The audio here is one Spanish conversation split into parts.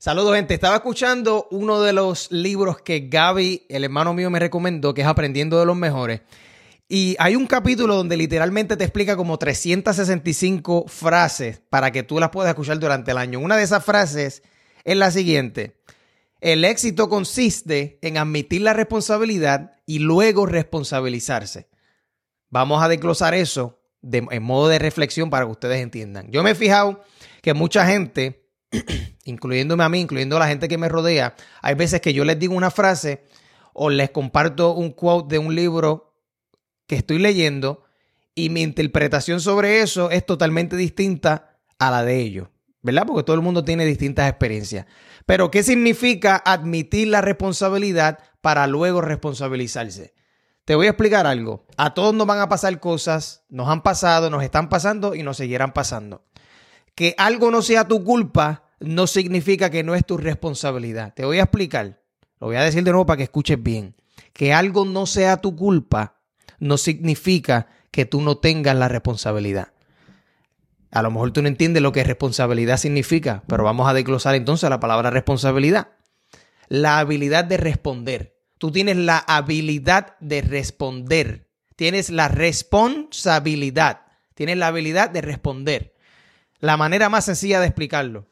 Saludos, gente. Estaba escuchando uno de los libros que Gaby, el hermano mío, me recomendó, que es Aprendiendo de los Mejores. Y hay un capítulo donde literalmente te explica como 365 frases para que tú las puedas escuchar durante el año. Una de esas frases es la siguiente: el éxito consiste en admitir la responsabilidad y luego responsabilizarse. Vamos a desglosar eso en modo de reflexión para que ustedes entiendan. Yo me he fijado que mucha gente, incluyéndome a mí, incluyendo a la gente que me rodea, hay veces que yo les digo una frase o les comparto un quote de un libro que estoy leyendo y mi interpretación sobre eso es totalmente distinta a la de ellos, ¿verdad? Porque todo el mundo tiene distintas experiencias. Pero ¿qué significa admitir la responsabilidad para luego responsabilizarse? Te voy a explicar algo. A todos nos van a pasar cosas, nos han pasado, nos están pasando y nos seguirán pasando. Que algo no sea tu culpa no significa que no es tu responsabilidad. Te voy a explicar. Lo voy a decir de nuevo para que escuches bien. Que algo no sea tu culpa no significa que tú no tengas la responsabilidad. A lo mejor tú no entiendes lo que responsabilidad significa, pero vamos a desglosar entonces la palabra responsabilidad. La habilidad de responder. Tú tienes la habilidad de responder. Tienes la responsabilidad. Tienes la habilidad de responder. La manera más sencilla de explicarlo.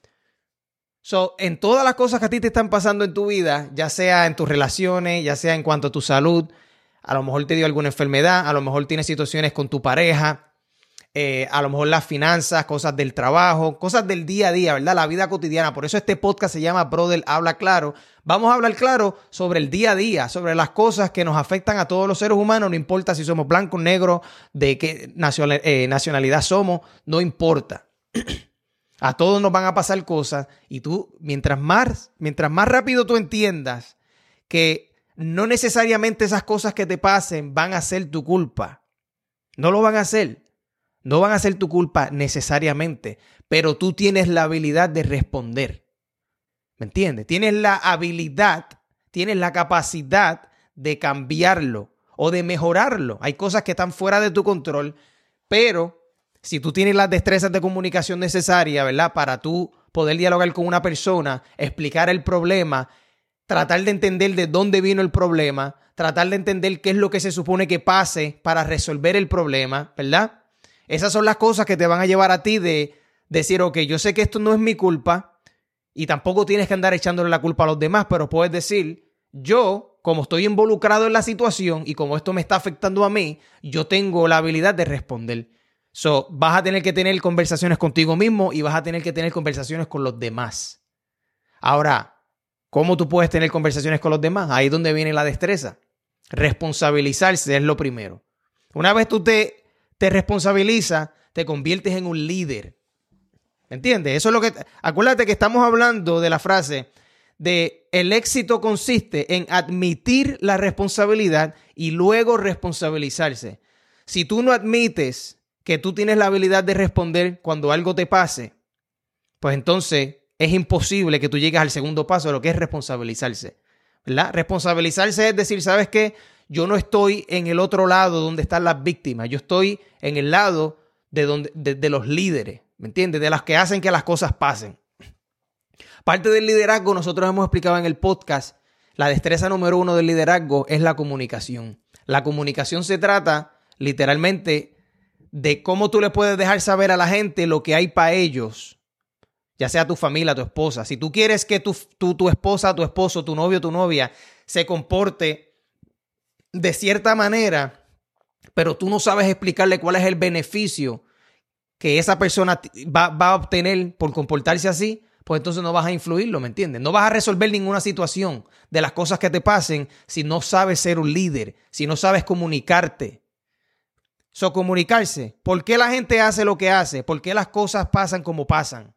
En todas las cosas que a ti te están pasando en tu vida, ya sea en tus relaciones, ya sea en cuanto a tu salud, a lo mejor te dio alguna enfermedad, a lo mejor tienes situaciones con tu pareja, a lo mejor las finanzas, cosas del trabajo, cosas del día a día, ¿verdad? La vida cotidiana. Por eso este podcast se llama Brother Habla Claro. Vamos a hablar claro sobre el día a día, sobre las cosas que nos afectan a todos los seres humanos, no importa si somos blancos, negros, de qué nacionalidad somos, no importa. A todos nos van a pasar cosas y tú, mientras más rápido tú entiendas que no necesariamente esas cosas que te pasen van a ser tu culpa. No lo van a hacer. No van a ser tu culpa necesariamente, pero tú tienes la habilidad de responder. ¿Me entiendes? Tienes la habilidad, tienes la capacidad de cambiarlo o de mejorarlo. Hay cosas que están fuera de tu control, pero si tú tienes las destrezas de comunicación necesarias, ¿verdad? Para tú poder dialogar con una persona, explicar el problema, tratar de entender de dónde vino el problema, tratar de entender qué es lo que se supone que pase para resolver el problema, ¿verdad? Esas son las cosas que te van a llevar a ti de decir, ok, yo sé que esto no es mi culpa y tampoco tienes que andar echándole la culpa a los demás, pero puedes decir, yo, como estoy involucrado en la situación y como esto me está afectando a mí, yo tengo la habilidad de responder. Vas a tener que tener conversaciones contigo mismo y vas a tener que tener conversaciones con los demás. Ahora, ¿cómo tú puedes tener conversaciones con los demás? Ahí es donde viene la destreza. Responsabilizarse es lo primero. Una vez tú te responsabilizas, te conviertes en un líder. ¿Me entiendes? Eso es lo que... Acuérdate que estamos hablando de la frase de el éxito consiste en admitir la responsabilidad y luego responsabilizarse. Si tú no admites que tú tienes la habilidad de responder cuando algo te pase, pues entonces es imposible que tú llegues al segundo paso de lo que es responsabilizarse, ¿verdad? Responsabilizarse es decir, ¿sabes qué? Yo no estoy en el otro lado donde están las víctimas, yo estoy en el lado de los líderes, ¿me entiendes? De las que hacen que las cosas pasen. Parte del liderazgo, nosotros hemos explicado en el podcast, la destreza número 1 del liderazgo es la comunicación. La comunicación se trata literalmente de cómo tú le puedes dejar saber a la gente lo que hay para ellos, ya sea tu familia, tu esposa. Si tú quieres que tu esposa, tu esposo, tu novio, tu novia se comporte de cierta manera, pero tú no sabes explicarle cuál es el beneficio que esa persona va a obtener por comportarse así, pues entonces no vas a influirlo, ¿me entiendes? No vas a resolver ninguna situación de las cosas que te pasen si no sabes ser un líder, si no sabes comunicarte. Comunicarse. ¿Por qué la gente hace lo que hace? ¿Por qué las cosas pasan como pasan?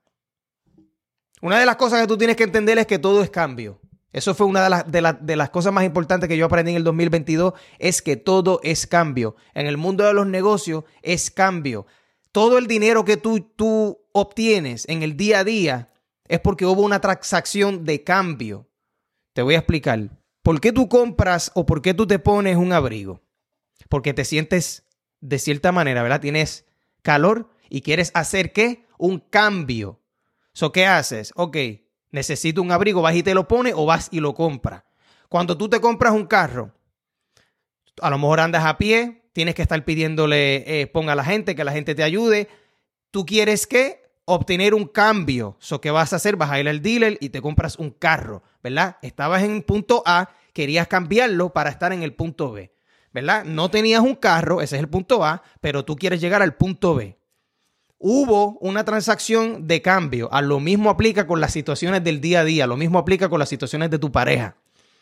Una de las cosas que tú tienes que entender es que todo es cambio. Eso fue una de las cosas más importantes que yo aprendí en el 2022, es que todo es cambio. En el mundo de los negocios es cambio. Todo el dinero que tú obtienes en el día a día es porque hubo una transacción de cambio. Te voy a explicar. ¿Por qué tú compras o por qué tú te pones un abrigo? Porque te sientes de cierta manera, ¿verdad? Tienes calor y quieres hacer ¿qué? Un cambio. ¿Qué haces? Ok, Necesito un abrigo, vas y te lo pones o vas y lo compras. Cuando tú te compras un carro, a lo mejor andas a pie, tienes que estar pidiéndole, ponga a la gente, que la gente te ayude. Tú quieres que obtener un cambio. ¿Qué vas a hacer? Vas a ir al dealer y te compras un carro, ¿verdad? Estabas en el punto A, querías cambiarlo para estar en el punto B, ¿verdad? No tenías un carro, ese es el punto A, pero tú quieres llegar al punto B. Hubo una transacción de cambio. A lo mismo aplica con las situaciones del día a día. Lo mismo aplica con las situaciones de tu pareja.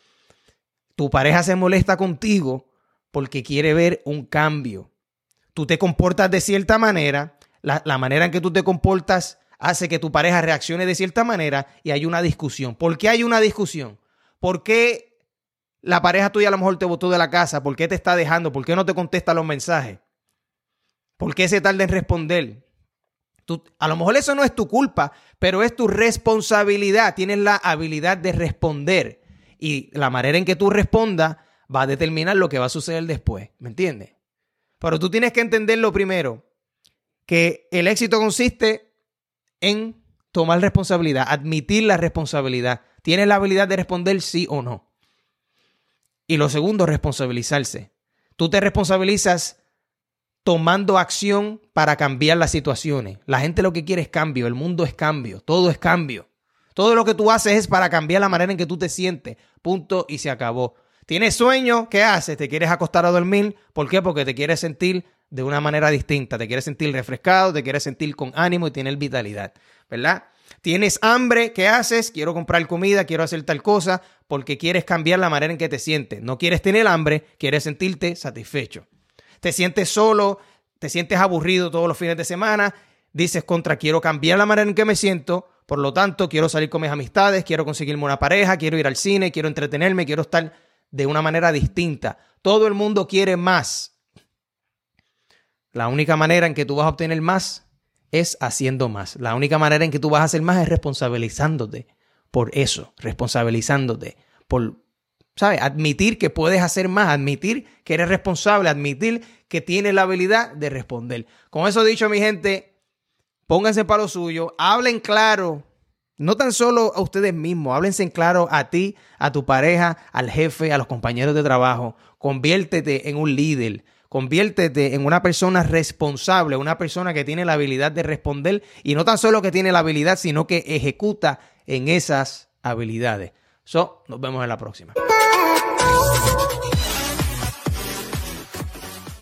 Tu pareja se molesta contigo porque quiere ver un cambio. Tú te comportas de cierta manera. La manera en que tú te comportas hace que tu pareja reaccione de cierta manera y hay una discusión. ¿Por qué hay una discusión? ¿Por qué la pareja tuya a lo mejor te botó de la casa? ¿Por qué te está dejando? ¿Por qué no te contesta los mensajes? ¿Por qué se tarda en responder? A lo mejor eso no es tu culpa, pero es tu responsabilidad. Tienes la habilidad de responder y la manera en que tú respondas va a determinar lo que va a suceder después. ¿Me entiendes? Pero tú tienes que entender lo primero, que el éxito consiste en tomar responsabilidad, admitir la responsabilidad. ¿Tienes la habilidad de responder sí o no? Y lo segundo, responsabilizarse. Tú te responsabilizas tomando acción para cambiar las situaciones. La gente lo que quiere es cambio, el mundo es cambio, todo es cambio. Todo lo que tú haces es para cambiar la manera en que tú te sientes. Punto y se acabó. ¿Tienes sueño? ¿Qué haces? ¿Te quieres acostar a dormir? ¿Por qué? Porque te quieres sentir de una manera distinta. Te quieres sentir refrescado, te quieres sentir con ánimo y tener vitalidad, ¿verdad? ¿Tienes hambre? ¿Qué haces? Quiero comprar comida, quiero hacer tal cosa, porque quieres cambiar la manera en que te sientes. No quieres tener hambre, quieres sentirte satisfecho. Te sientes solo, te sientes aburrido todos los fines de semana, dices quiero cambiar la manera en que me siento, por lo tanto quiero salir con mis amistades, quiero conseguirme una pareja, quiero ir al cine, quiero entretenerme, quiero estar de una manera distinta. Todo el mundo quiere más. La única manera en que tú vas a obtener más es haciendo más. La única manera en que tú vas a hacer más es responsabilizándote por eso, responsabilizándote por, ¿sabes? Admitir que puedes hacer más, admitir que eres responsable, admitir que tienes la habilidad de responder. Con eso dicho, mi gente, pónganse para lo suyo, hablen claro, no tan solo a ustedes mismos, háblense en claro a ti, a tu pareja, al jefe, a los compañeros de trabajo. Conviértete en un líder, conviértete en una persona responsable, una persona que tiene la habilidad de responder y no tan solo que tiene la habilidad, sino que ejecuta en esas habilidades. Nos vemos en la próxima.